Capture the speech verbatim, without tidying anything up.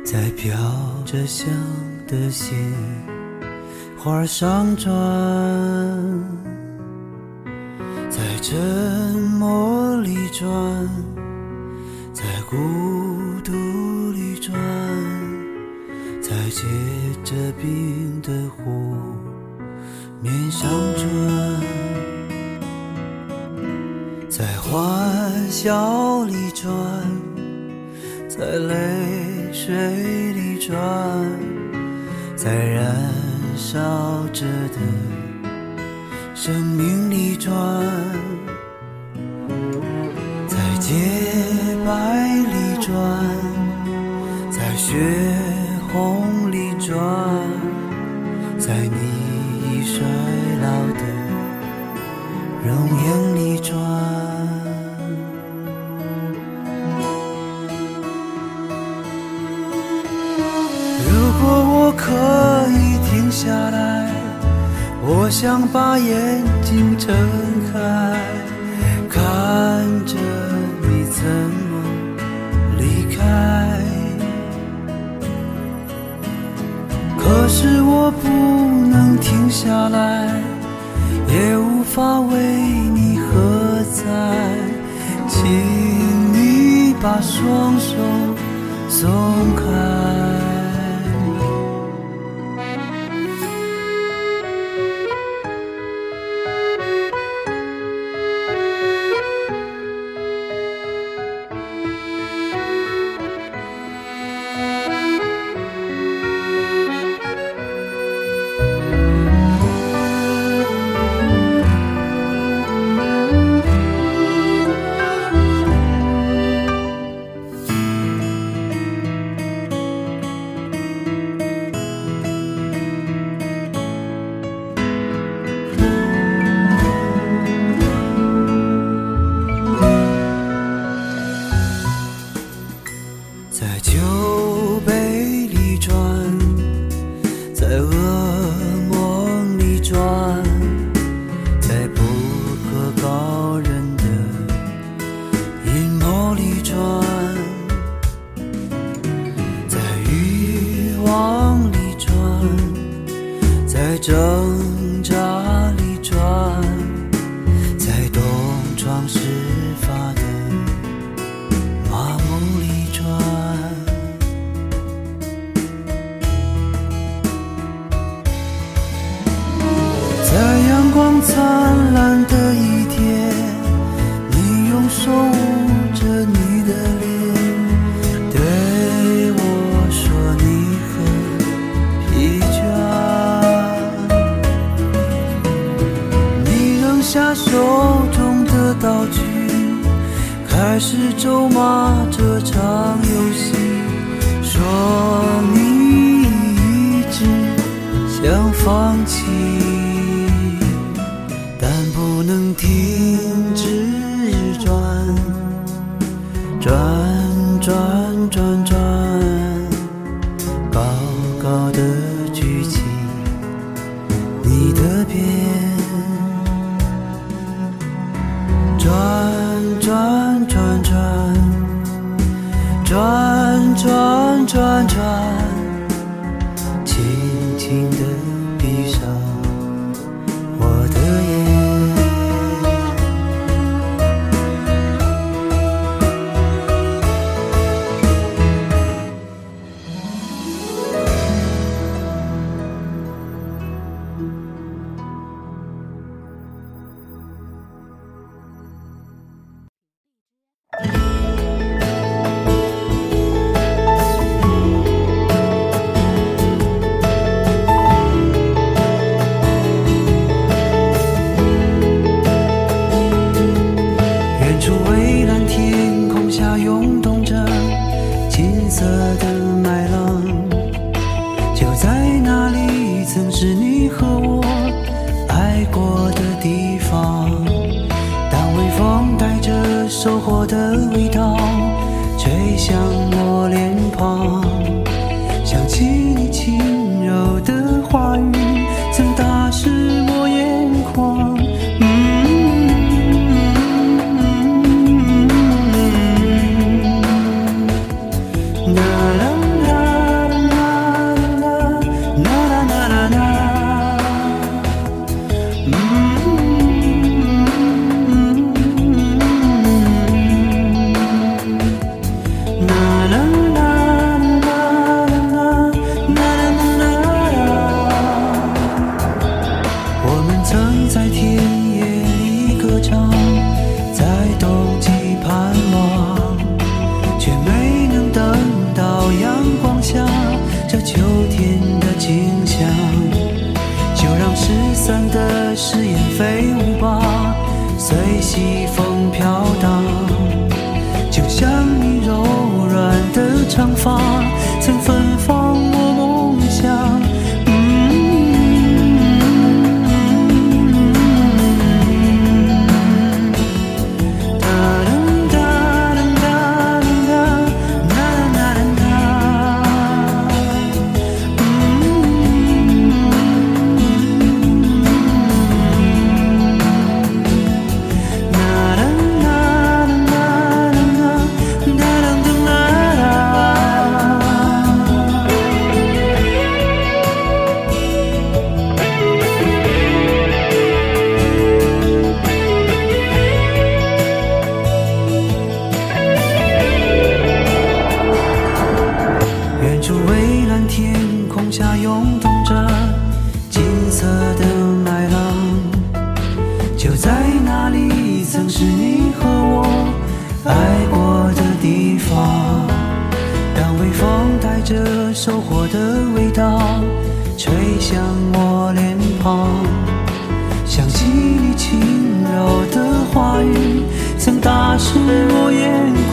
在飘着香的鲜花上转，在沉默里转，在孤独里转，在结着冰的湖面上转，在欢笑里转，在泪水里转，在燃烧着的生命里转，在洁白里转，在血红里转，在你已衰老的容颜里转。如果我可以停下来，我想把眼睛睁开，看着你怎么离开。可是我不能停下来，也无法为你喝彩，请你把双手松开。在酒杯里转，在噩梦里转，在不可告人的阴谋里转，在欲望里转，在挣扎里转，在东窗事发的麻木里转，在阳光灿烂的一天，你用手捂着你的脸，对我说你很疲倦，你扔下手中的道具，开始咒骂这场游戏，说你一直想放弃，但不能停止转，转转转转，高高的举起你的鞭，转转转转，转转转转，轻轻地闭上我的眼。收获的味道吹向我脸庞，想起你轻柔的话语曾打湿我眼眶。嗯，啦啦啦曾芬芳我梦想。收获的味道吹向我脸庞，想起你轻柔的话语曾打湿我眼